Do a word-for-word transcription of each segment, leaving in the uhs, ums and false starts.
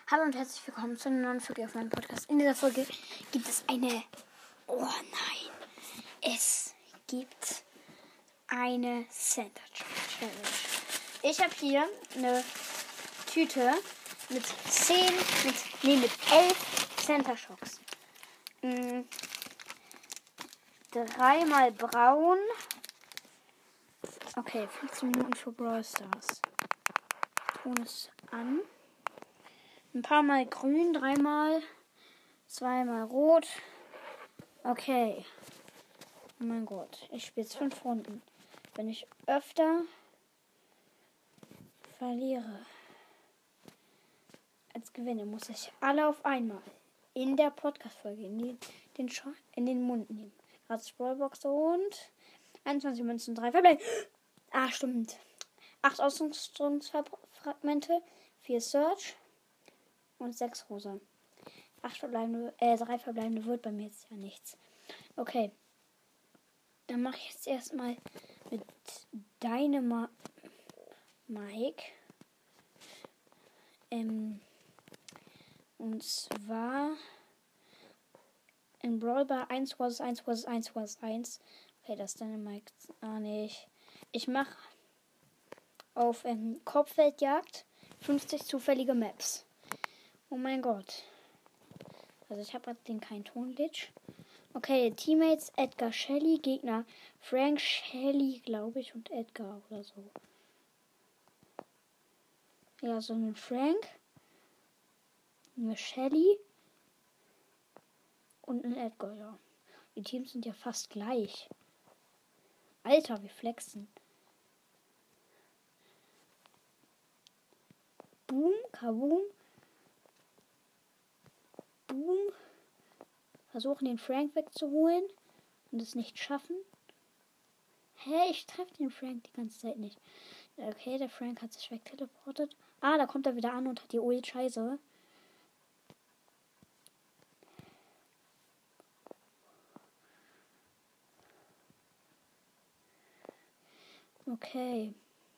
Hallo und herzlich willkommen zu einer neuen Folge auf meinem Podcast. In dieser Folge gibt es eine... Oh nein. Es gibt eine Center Challenge. Ich habe hier eine Tüte mit zehn, mit, nee, mit elf Center Shocks. Mhm. Dreimal braun. Okay, fünfzehn Minuten für Brawl Stars. Ton es an. Ein paar Mal grün, dreimal, zweimal rot. Okay. Oh mein Gott, ich spiele jetzt fünf Runden. Wenn ich öfter verliere als gewinne, muss ich alle auf einmal in der Podcast-Folge in, die, den, Sch- in den Mund nehmen. Gratis Brawlbox und einundzwanzig Münzen, drei verbleiben. Ah, stimmt. acht Ausrüstungsfragmente, vier Search und sechs Rosa. Acht verbleibende, äh, drei verbleibende wird bei mir jetzt ja nichts. Okay. Dann mache ich jetzt erstmal mit Dynamite. Ähm, und zwar in Brawl Ball eins versus eins versus eins versus eins. Okay, das ist Dynamite. Ah, nicht. Ich mache auf ähm, Kopfgeldjagd fünfzig zufällige Maps. Oh mein Gott. Also ich habe den keinen Tonglitch. Okay, Teammates Edgar Shelly, Gegner Frank Shelly, glaube ich, und Edgar oder so. Ja, so ein Frank, eine Shelly und ein Edgar, ja. Die Teams sind ja fast gleich. Alter, wir flexen. Boom, kaboom. Boom. Versuchen den Frank wegzuholen und es nicht schaffen. Hä, hey, ich treffe den Frank die ganze Zeit nicht. Okay, der Frank hat sich wegteleportet. Ah, da kommt er wieder an und hat die Ult. Scheiße. Okay.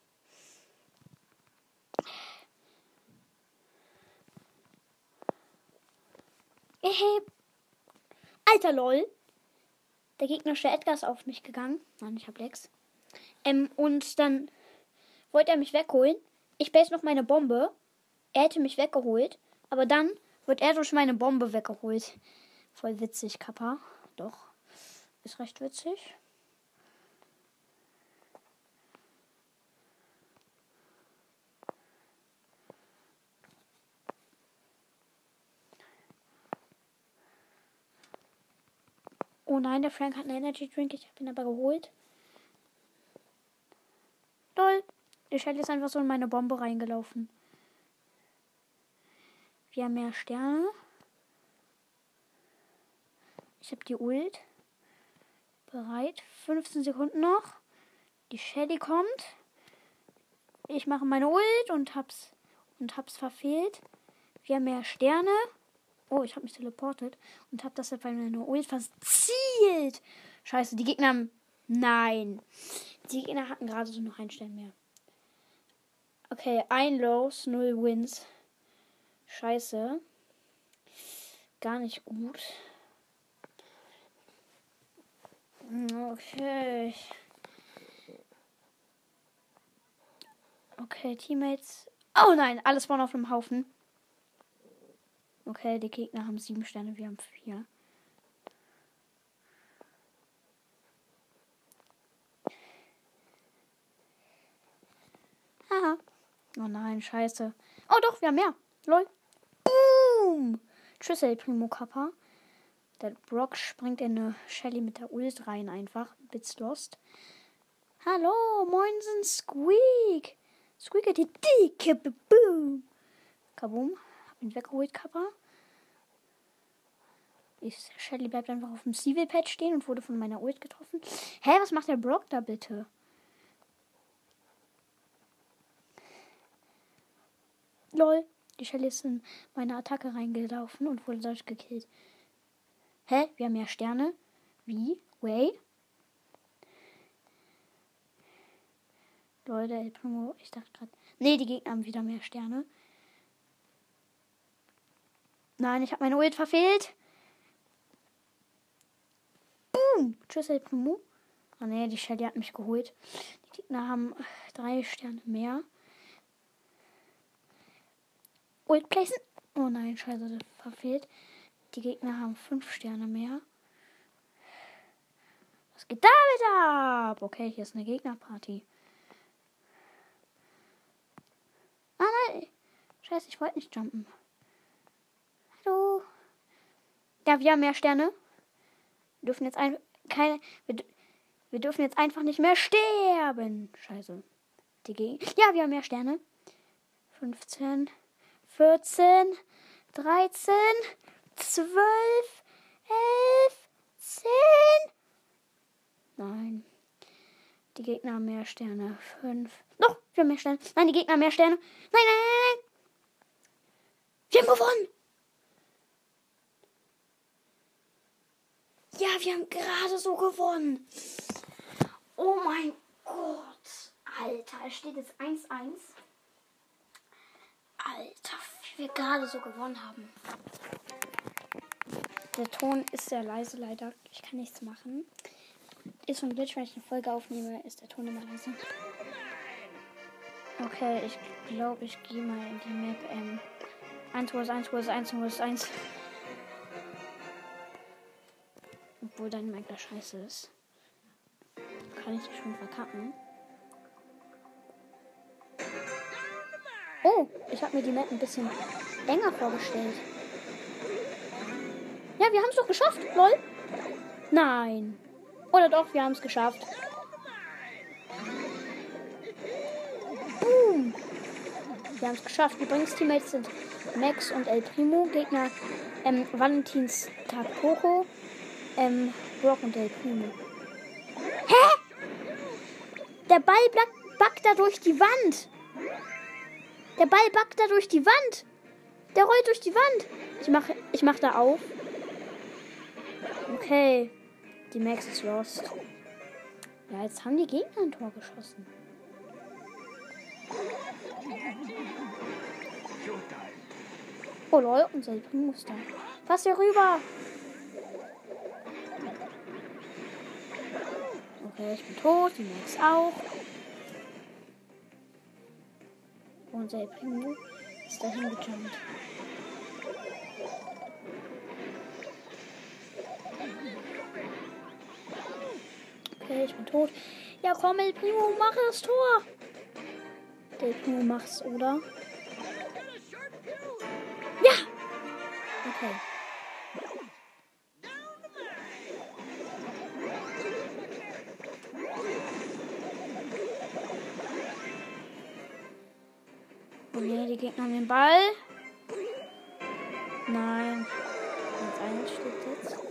Hey. Alter, lol. Der gegnerische Edgar ist auf mich gegangen. Nein, ich hab Lex. Ähm, und dann wollte er mich wegholen. Ich base noch meine Bombe. Er hätte mich weggeholt. Aber dann wird er durch meine Bombe weggeholt. Voll witzig, Kappa. Doch. Ist recht witzig. Oh nein, der Frank hat einen Energy Drink. Ich habe ihn aber geholt. Toll. Die Shelly ist einfach so in meine Bombe reingelaufen. Wir haben mehr Sterne. Ich habe die Ult. Bereit. fünfzehn Sekunden noch. Die Shelly kommt. Ich mache meine Ult und hab's, und hab's verfehlt. Wir haben mehr Sterne. Oh, ich habe mich teleportet und habe das bei meiner Ult verzielt. Scheiße, die Gegner haben... Nein. Die Gegner hatten gerade so noch einen Stern mehr. Okay, ein Loss, null Wins. Scheiße. Gar nicht gut. Okay. Okay, Teammates. Oh nein, alles waren auf einem Haufen. Okay, die Gegner haben sieben Sterne, wir haben vier. Haha. Oh nein, scheiße. Oh doch, wir haben mehr. Lol. Boom. Tschüss, El Primo Kappa. Der Brock springt in eine Shelly mit der Ult rein einfach. Bits lost. Hallo, moinsen, Squeak. Squeak hat die dicke Boom. Kaboom. Hab ihn weggeholt, Kappa. Ich, Shelly bleibt einfach auf dem Civil-Pad stehen und wurde von meiner Ult getroffen. Hä, was macht der Brock da bitte? Lol. Die Shelly ist in meine Attacke reingelaufen und wurde dadurch gekillt. Hä? Wir haben mehr Sterne. Wie? Way? Leute, El Primo, ich dachte gerade... Nee, die Gegner haben wieder mehr Sterne. Nein, ich habe meine Ult verfehlt. Boom. Tschüss, El Primo. Oh ne, die Shelly hat mich geholt. Die Gegner haben drei Sterne mehr. Ult placen. Oh nein, scheiße, verfehlt. Die Gegner haben fünf Sterne mehr. Was geht da wieder ab? Okay, hier ist eine Gegnerparty. Ah nein. Scheiße, ich wollte nicht jumpen. Hallo. Ja, wir haben mehr Sterne. Wir dürfen jetzt ein, keine, wir, wir dürfen jetzt einfach nicht mehr sterben. Scheiße. Die Gegner. Ja, wir haben mehr Sterne. fünfzehn, vierzehn, dreizehn, zwölf, elf, zehn. Nein. Die Gegner haben mehr Sterne. fünf. Doch, wir haben mehr Sterne. Nein, die Gegner haben mehr Sterne. Nein, nein, nein, nein. Wir haben gewonnen. Ja, wir haben gerade so gewonnen. Oh mein Gott. Alter, es steht jetzt eins eins. Alter, wie wir gerade so gewonnen haben. Der Ton ist sehr leise leider. Ich kann nichts machen. Ist so ein Glitch, wenn ich eine Folge aufnehme, ist der Ton immer leise. Okay, ich glaube, ich gehe mal in die Map. Ähm, eins, eins, eins, eins, eins, eins. Obwohl dein Mic da scheiße ist. Kann ich schon verkacken. Oh, ich habe mir die Map ein bisschen enger vorgestellt. Ja, wir haben es doch geschafft, lol. Nein. Oder doch, wir haben es geschafft. Boom. Wir haben es geschafft. Übrigens, Teammates sind Max und El Primo. Gegner, ähm, Valentins Tag Poco. Ähm, Brock und El Primo. Hä? Der Ball backt da durch die Wand. Der Ball backt da durch die Wand. Der rollt durch die Wand. Ich mache ich mach da auf. Okay. Die Max ist lost. Ja, jetzt haben die Gegner ein Tor geschossen. Oh lol, unser Primo ist da. Pass hier rüber. Okay, ich bin tot. Die Max auch. Unser Primo ist dahin gejumpt. Okay, ich bin tot. Ja, komm, El Primo, mach das Tor. Der Primo macht's, oder? Ja! Okay. Oh nee, die Gegner haben den Ball. Nein. eins eins steht jetzt.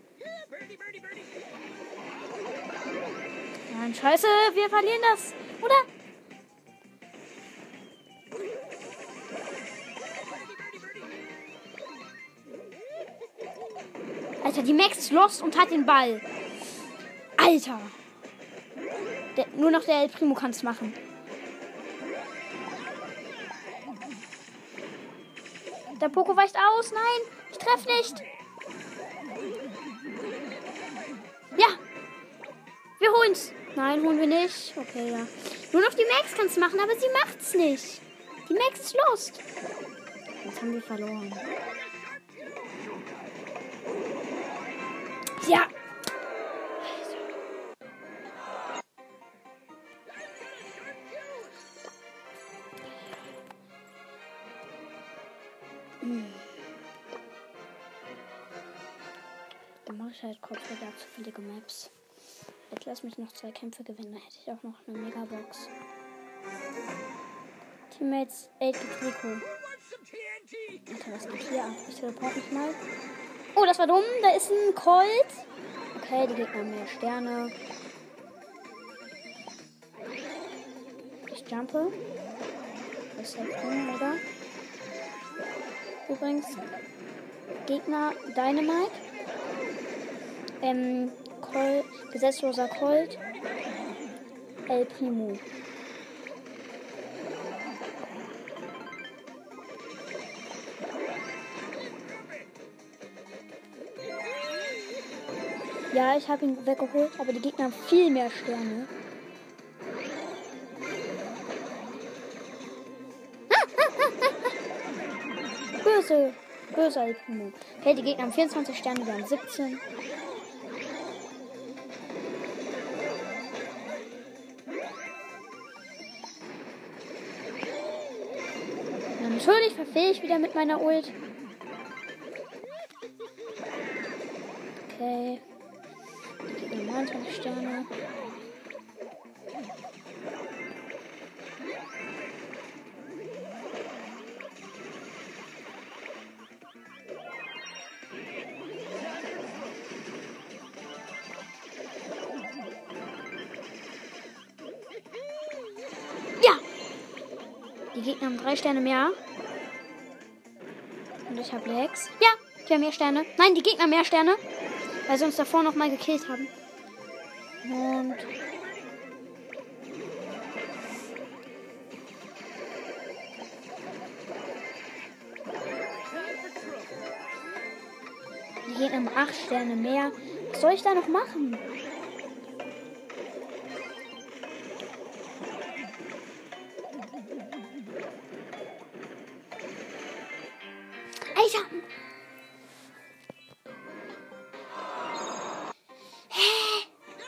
Nein, scheiße, wir verlieren das, oder? Alter, die Max ist lost und hat den Ball. Alter. Der, nur noch der El Primo kann es machen. Der Poco weicht aus. Nein, ich treffe nicht. Ja. Wir holen's. Nein, holen wir nicht. Okay, ja. Nur noch die Max kann es machen, aber sie macht's nicht. Die Max ist lost. Jetzt haben wir verloren. Ja. Hm. Dann mache ich halt Kopfhörer zu viele Maps. Jetzt lass mich noch zwei Kämpfe gewinnen. Da hätte ich auch noch eine Megabox. Teammates acht Rico. Alter, was geht hier ab? Ich teleport mich mal. Oh, das war dumm. Da ist ein Colt. Okay, die Gegner haben mehr Sterne. Ich jumpe. Das ist halt dumm, oder? Übrigens, Gegner Dynamite. Ähm, Colt, gesetzloser Colt. El Primo. Ja, ich habe ihn weggeholt, aber die Gegner haben viel mehr Sterne. Böse, böse El Primo. Okay, die Gegner haben vierundzwanzig Sterne, wir haben siebzehn. Ja, natürlich verfehle ich wieder mit meiner Ult. Okay. Die Gegner haben neunundzwanzig Sterne. Die Gegner haben drei Sterne mehr. Und ich habe Lex. Ja, die haben mehr Sterne. Nein, die Gegner haben mehr Sterne. Weil sie uns davor noch mal gekillt haben. Und... die Gegner haben acht Sterne mehr. Was soll ich da noch machen? Alter! Hä?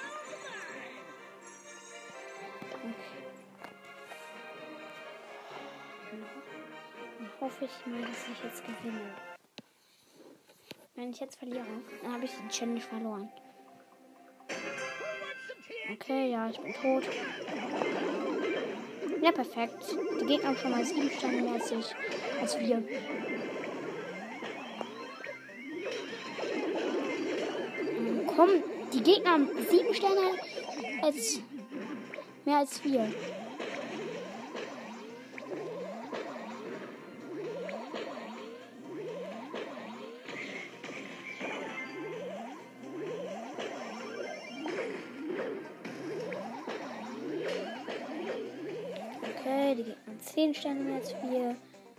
Dann hoffe ich mal, dass ich jetzt gewinne. Wenn ich jetzt verliere, dann habe ich die Challenge verloren. Okay, ja, ich bin tot. Ja, perfekt. Die Gegner haben schon mal sieben Sterne mehr als ich, als wir. Komm, die Gegner haben sieben Sterne als mehr als wir. Okay, die Gegner haben zehn Sterne mehr als wir.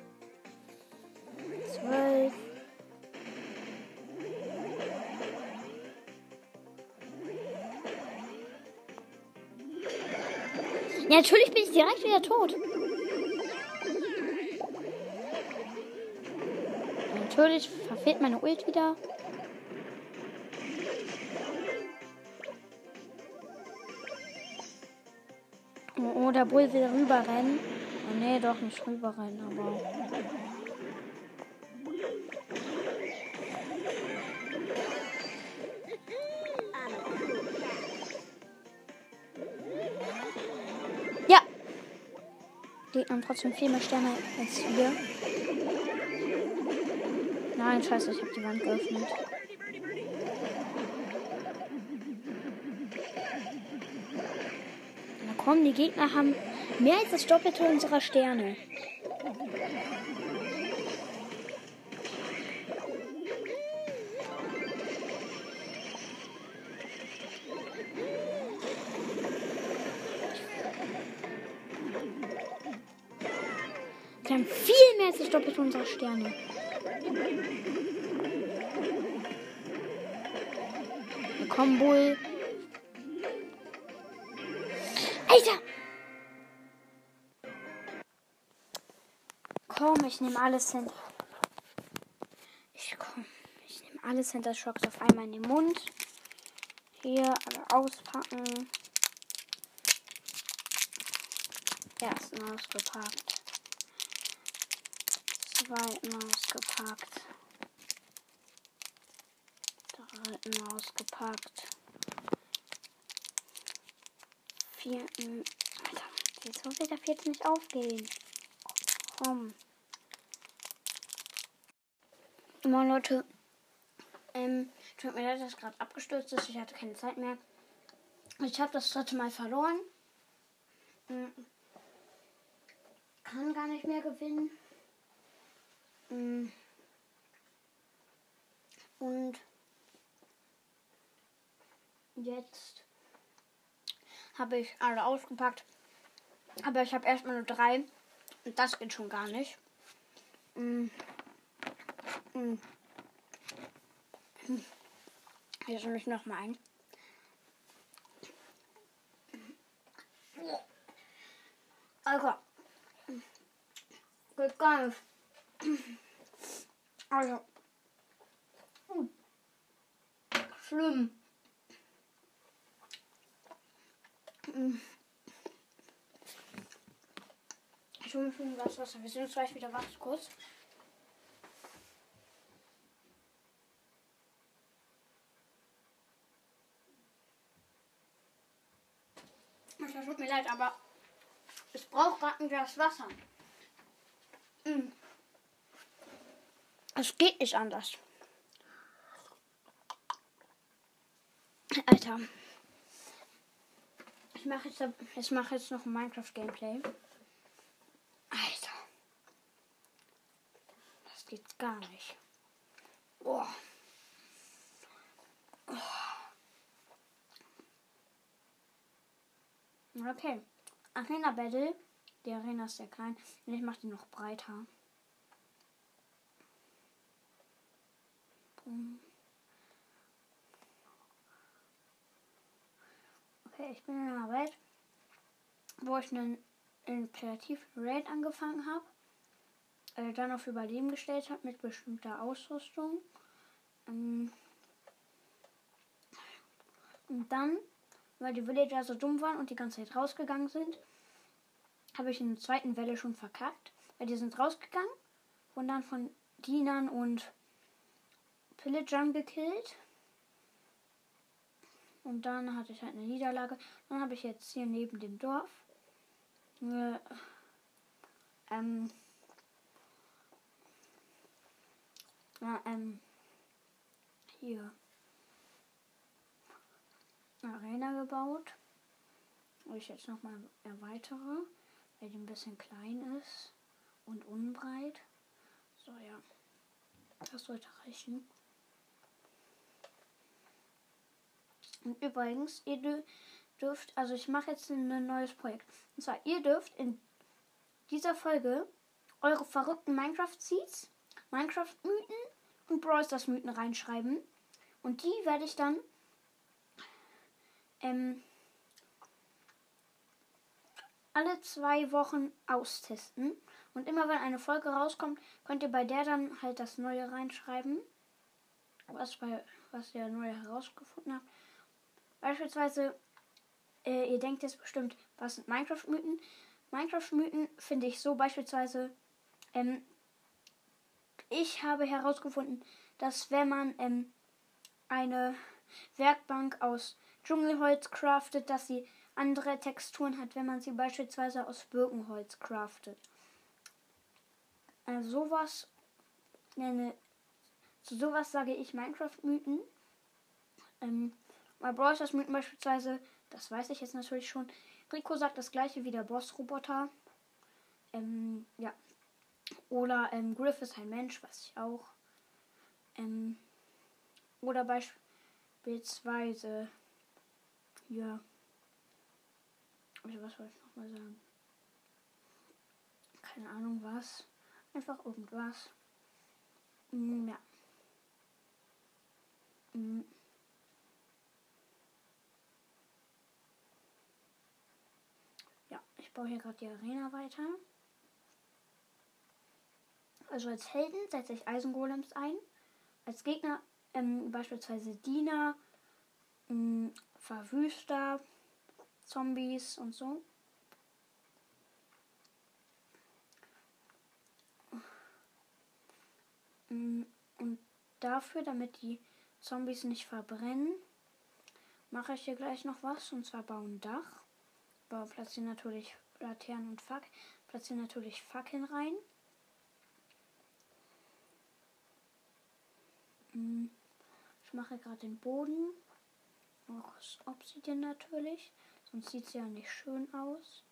zwölf. Ja, natürlich bin ich direkt wieder tot. Natürlich verfehlt meine Ult wieder. Oh, oh, der Bull will rüberrennen. Oh nee, doch nicht rüberrennen, aber... ja! Die haben trotzdem viel mehr Sterne als wir. Nein, scheiße, ich habe die Wand geöffnet. Na komm, die Gegner haben mehr als das Doppelte unserer Sterne. Die haben viel mehr als das Doppelte unserer Sterne. Komm, Bull. Alter! Komm, ich nehme alles hin. Ich komm, ich nehme alles hinter Schocks auf einmal in den Mund. Hier, alle auspacken. Ersten ausgepackt. Zweiten ausgepackt. Dritten ausgepackt. Vierten. Alter, wieso will der vierte nicht aufgehen? Komm. Immer Leute. Ähm, tut mir leid, dass es gerade abgestürzt ist. Ich hatte keine Zeit mehr. Ich habe das dritte Mal verloren. Kann gar nicht mehr gewinnen. Und jetzt habe ich alle ausgepackt. Aber ich habe erstmal nur drei. Und das geht schon gar nicht. Hier soll ich noch mal ein. Also, geht gar nicht. Also, schlimm. Ich hole mir schon das Wasser. Wir sind gleich wieder wach, kurz. Es tut mir leid, aber es braucht gerade ein Glas Wasser. Es geht nicht anders. Alter. Ich mache jetzt, ich mache jetzt noch ein Minecraft-Gameplay. Alter. Das geht gar nicht. Boah. Okay. Arena Battle. Die Arena ist sehr klein. Und ich mache die noch breiter. Okay, ich bin in einer Welt, wo ich einen, einen kreativen Raid angefangen habe. Äh, dann auf Überleben gestellt habe mit bestimmter Ausrüstung. Ähm, und dann, weil die Villager so dumm waren und die ganze Zeit rausgegangen sind, habe ich in der zweiten Welle schon verkackt. Weil die sind rausgegangen und dann von Dienern und Pillagern gekillt. Und dann hatte ich halt eine Niederlage. Dann habe ich jetzt hier neben dem Dorf äh, ähm, ja, ähm, hier eine Arena gebaut, wo ich jetzt nochmal erweitere, weil die ein bisschen klein ist und unbreit. So, ja, das sollte reichen. Und übrigens, ihr dürft, also ich mache jetzt ein neues Projekt. Und zwar, ihr dürft in dieser Folge eure verrückten Minecraft-Seeds, Minecraft-Mythen und Brawl Stars Mythen reinschreiben. Und die werde ich dann ähm, alle zwei Wochen austesten. Und immer wenn eine Folge rauskommt, könnt ihr bei der dann halt das Neue reinschreiben. Was, bei, was ihr neu herausgefunden habt. Beispielsweise, äh, ihr denkt jetzt bestimmt, was sind Minecraft-Mythen? Minecraft-Mythen finde ich so beispielsweise, ähm, ich habe herausgefunden, dass wenn man ähm, eine Werkbank aus Dschungelholz craftet, dass sie andere Texturen hat, wenn man sie beispielsweise aus Birkenholz craftet. Also sowas, nenne, zu sowas sage ich Minecraft-Mythen. Ähm, bei Brawl Stars Mythen beispielsweise, das weiß ich jetzt natürlich schon. Rico sagt das gleiche wie der Boss-Roboter. Ähm, ja. Oder ähm, Griff ist ein Mensch, weiß ich auch. Ähm, oder beispielsweise, ja. Also was soll ich nochmal sagen? Keine Ahnung was. Einfach irgendwas. Mm, ja. Mm. Ja, ich baue hier gerade die Arena weiter. Also als Helden setze ich Eisengolems ein. Als Gegner ähm, beispielsweise Diener, ähm, Verwüster, Zombies und so. Und dafür, damit die Zombies nicht verbrennen, mache ich hier gleich noch was. Und zwar bauen Dach. Aber platzieren natürlich Laternen und Fackeln. Platzieren natürlich Fackeln rein. Ich mache gerade den Boden. Auch das Obsidian natürlich. Sonst sieht es ja nicht schön aus.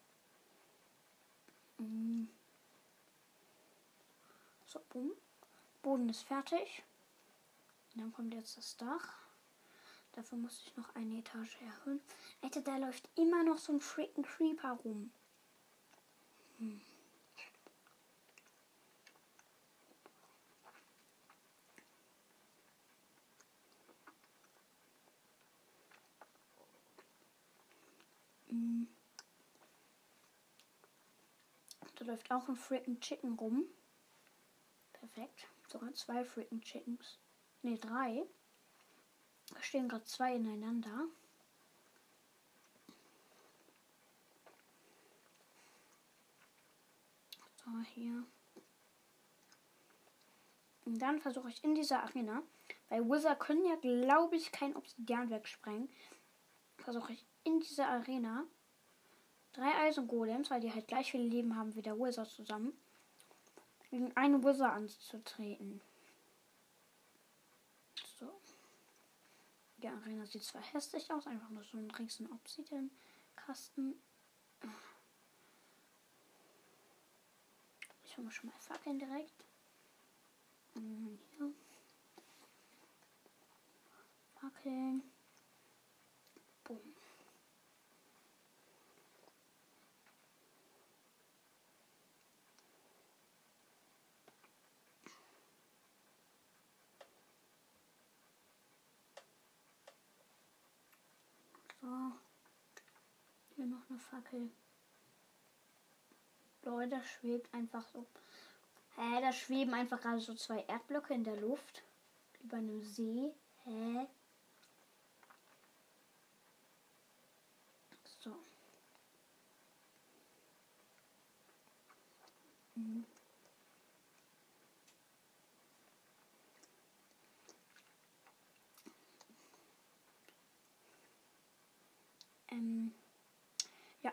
So, bumm. Boden ist fertig. Und dann kommt jetzt das Dach. Dafür muss ich noch eine Etage erhöhen. Alter, da läuft immer noch so ein freaking Creeper rum. Hm. Mm. Da läuft auch ein Freaking Chicken rum. Perfekt. Sogar zwei Freaking Chickens. Ne, drei. Da stehen gerade zwei ineinander. So, hier. Und dann versuche ich in dieser Arena, weil Wizard können ja, glaube ich, kein Obsidian wegsprengen. Versuche ich in dieser Arena drei Eisengolems, weil die halt gleich viel Leben haben wie der Wizard zusammen, gegen einen Wizard anzutreten. So. Die Arena sieht zwar hässlich aus, einfach nur so ein riesen Obsidian-Kasten. Ich hole mir schon mal Fackeln direkt. Und hier. Fackeln. Boom. So. Hier noch eine Fackel. Leute, da schwebt einfach so. Hä, da schweben einfach gerade so zwei Erdblöcke in der Luft. Über einem See. Hä? So. Mhm. Ähm. Ja.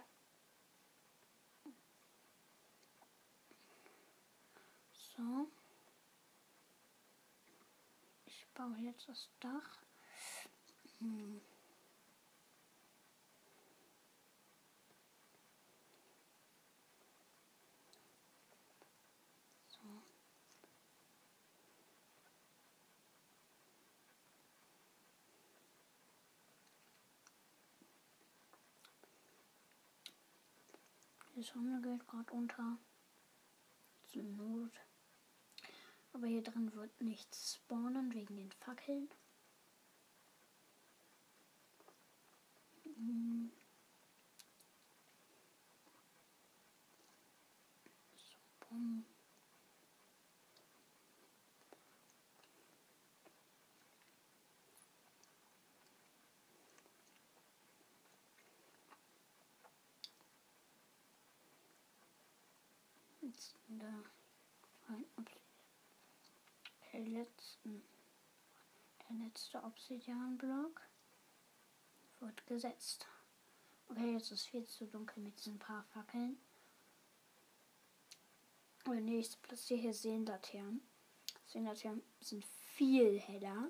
So. Ich baue jetzt das Dach. Hm. So. Die Sonne geht gerade unter. Zur Not. Aber hier drin wird nichts spawnen wegen den Fackeln. Hm. So, bumm. Jetzt in der, der letzten, der letzte Obsidian-Block wird gesetzt. Okay, jetzt ist viel zu dunkel mit diesen paar Fackeln. Aber nee, ich platziere hier Seenlaternen. Seenlaternen sind viel heller.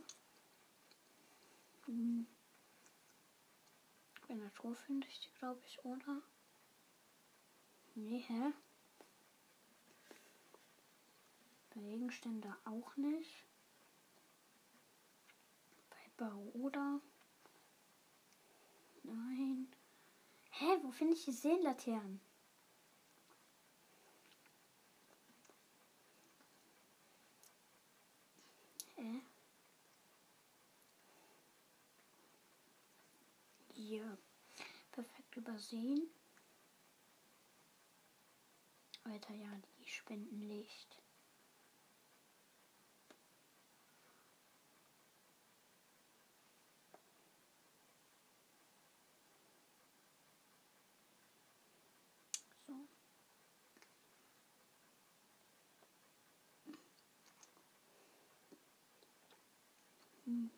Hm. In der Natur finde ich die, glaube ich, oder? Nee, hä? Bei Gegenständen auch nicht. Bei Bau oder? Nein. Hä, wo finde ich die Seenlaternen? Hä? Hier. Perfekt übersehen. Alter, ja, die spenden Licht. So. Hm.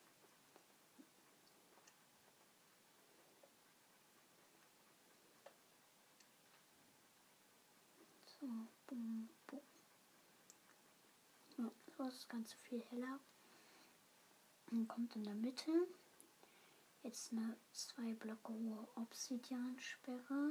So, bum, bum. Ja, so ist das Ganze viel heller. Dann kommt in der Mitte jetzt eine zwei Blöcke hohe Obsidian-Sperre.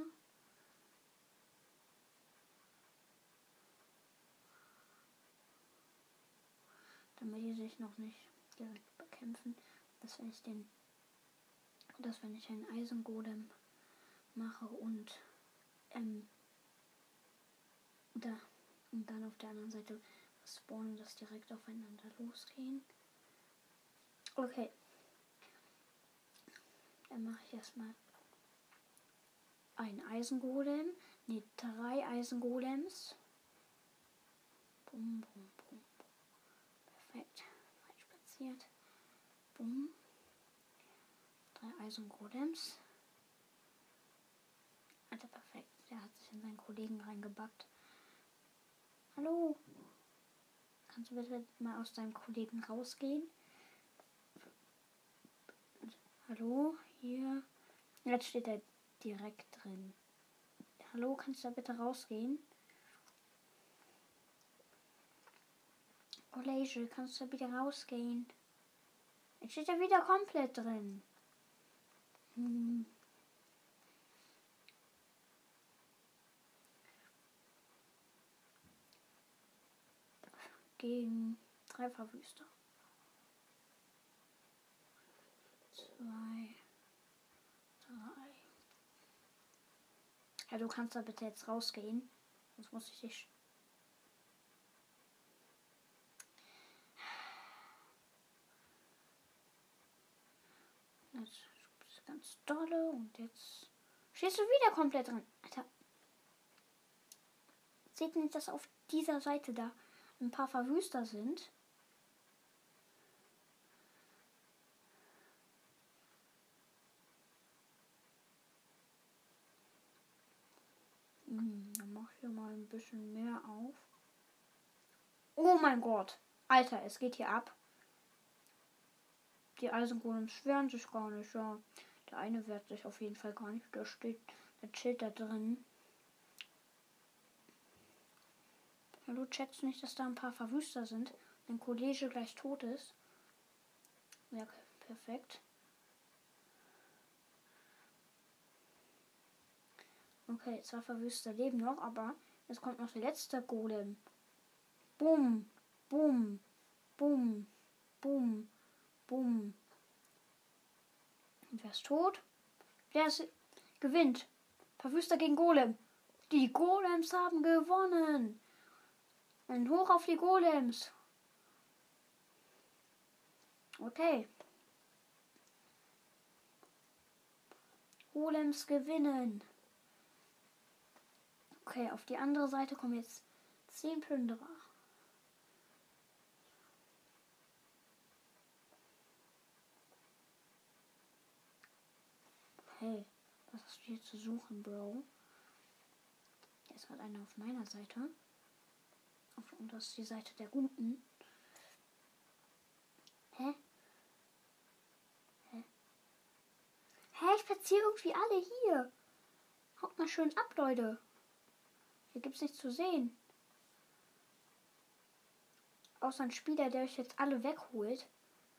Damit die sich noch nicht direkt bekämpfen. Dass wenn ich den, dass wenn ich einen Eisengolem mache und ähm, da und dann auf der anderen Seite spawnen, dass direkt aufeinander losgehen. Okay. Dann mache ich erstmal ein Eisengolem. Ne, drei Eisengolems. Bum, bum, bum. Perfekt. Falsch platziert. Bum. Drei Eisengolems. Alter, perfekt. Der hat sich in seinen Kollegen reingebackt. Hallo? Kannst du bitte mal aus deinem Kollegen rausgehen? Hallo? Hier. Jetzt steht er direkt drin. Hallo, kannst du da bitte rausgehen? Kollege, kannst du da bitte rausgehen? Jetzt steht er wieder komplett drin. Hm. Gegen drei Verwüster. Zwei. Drei. Ja, du kannst da bitte jetzt rausgehen. Sonst muss ich dich. Jetzt ist ganz dolle und jetzt stehst du wieder komplett drin. Alter. Seht ihr nicht, dass auf dieser Seite da ein paar Verwüster sind? Hm, dann mach ich hier mal ein bisschen mehr auf. Oh mein Gott. Alter, es geht hier ab. Die Eisengolems schwören sich gar nicht, ja. Der eine wehrt sich auf jeden Fall gar nicht. Da steht, der chillt da drin. Hallo, checkst du nicht, dass da ein paar Verwüster sind? Wenn Kollege gleich tot ist. Ja, perfekt. Okay, zwei Verwüster leben noch, aber jetzt kommt noch der letzte Golem. Bumm, bumm, bumm, bumm, bumm. Und wer ist tot? Wer ist, gewinnt. Verwüster gegen Golem. Die Golems haben gewonnen. Und hoch auf die Golems. Okay. Golems gewinnen. Okay, auf die andere Seite kommen jetzt zehn Plünderer. Hey, was hast du hier zu suchen, Bro? Da ist gerade einer auf meiner Seite. Und das ist die Seite der Guten. Hä? Hä? Hä, ich platziere irgendwie alle hier. Haut mal schön ab, Leute. Hier gibt's nichts zu sehen. Außer ein Spieler, der euch jetzt alle wegholt.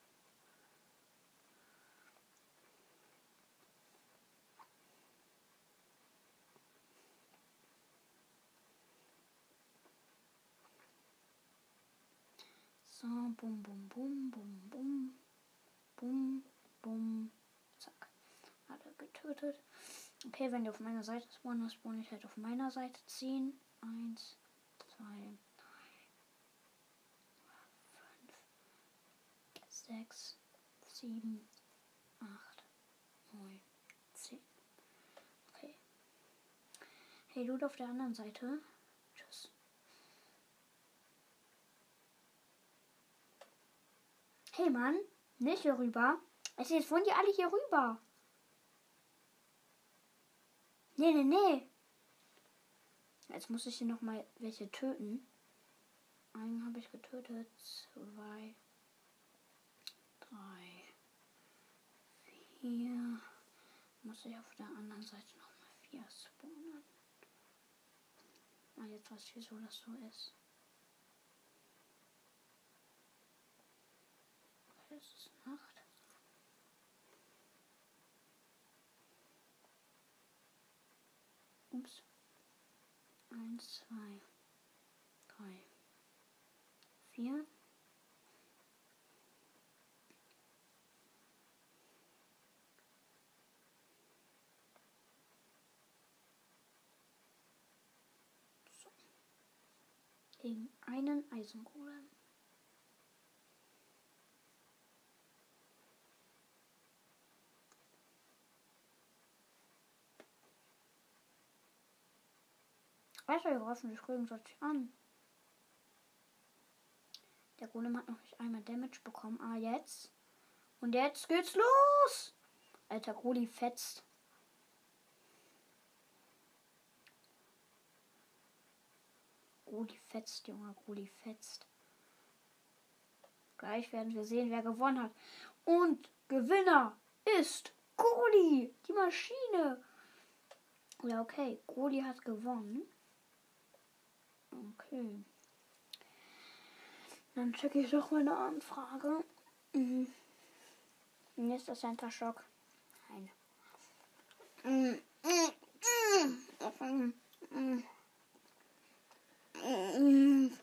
So, bum, bum, bum, bum, bum. Bum, bum. Zack. Alle getötet. Okay, wenn die auf meiner Seite spawnen, dann spawn ich halt auf meiner Seite ziehen. Eins, zwei, fünf, sechs, sieben, acht, neun, zehn. Okay. Hey, du auf der anderen Seite. Tschüss. Hey, Mann. Nicht hier rüber. Also jetzt wollen die alle hier rüber. Nee, nee, nee. Jetzt muss ich hier nochmal welche töten. Einen habe ich getötet. Zwei. Drei. Vier. Muss ich auf der anderen Seite nochmal vier spawnen. Ah, jetzt weiß ich, wieso das so ist. Okay, das ist Nacht. Ups. Eins, zwei, drei, vier. So. Gegen einen Eisengolem. Weitergeworfen, die Krügen sich an. Der Golem hat noch nicht einmal Damage bekommen. Ah, jetzt. Und jetzt geht's los. Alter, Goli fetzt. Goli fetzt, Junge. Goli fetzt. Gleich werden wir sehen, wer gewonnen hat. Und Gewinner ist Goli, die Maschine. Ja, okay. Goli hat gewonnen. Okay. Dann checke ich doch meine Anfrage. Mhm. Und jetzt ist Center Shock. Nein. Mhm. Mhm. Mhm. Mhm.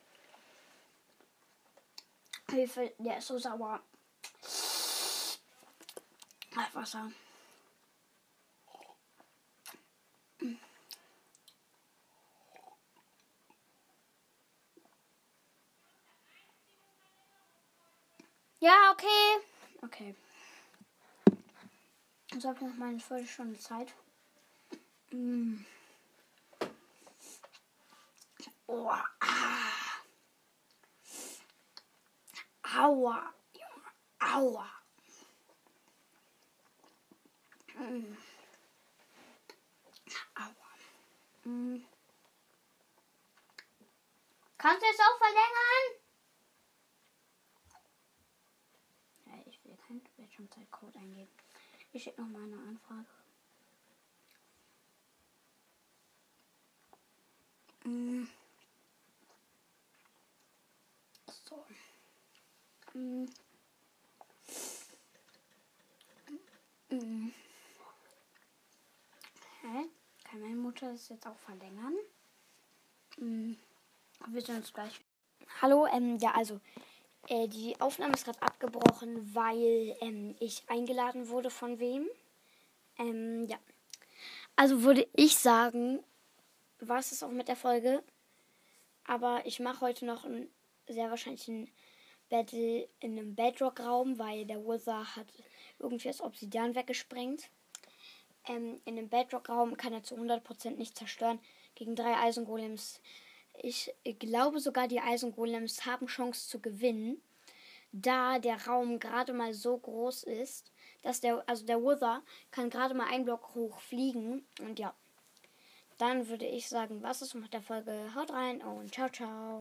Hilfe, der ist so sauer. Ach, Wasser. Ja, okay. Okay. Ich habe noch meine Viertelstunde Zeit. Mm. Oh, ah. Aua. Aua. Mm. Aua. Mm. Kannst du es auch verlängern? Ja, ich will keinen Bildschirmzeitcode eingeben. Ich schicke noch mal eine Anfrage. Mm. So. Mm. Mm. Hä? Kann meine Mutter das jetzt auch verlängern? Mm. Wir sehen uns gleich. Hallo, ähm, ja, also, äh, die Aufnahme ist gerade abgebrochen, weil ähm, ich eingeladen wurde von wem. Ähm, ja. Also würde ich sagen, war es auch mit der Folge. Aber ich mache heute noch ein, sehr wahrscheinlich ein Battle in einem Bedrock-Raum, weil der Wither hat irgendwie das Obsidian weggesprengt. Ähm, in dem Bedrock-Raum kann er zu hundert Prozent nicht zerstören gegen drei Eisengolems. Ich glaube sogar, die Eisengolems haben Chance zu gewinnen, da der Raum gerade mal so groß ist, dass der, also der Wither kann gerade mal einen Block hoch fliegen. Und ja, dann würde ich sagen, was ist mit der Folge? Haut rein und ciao, ciao.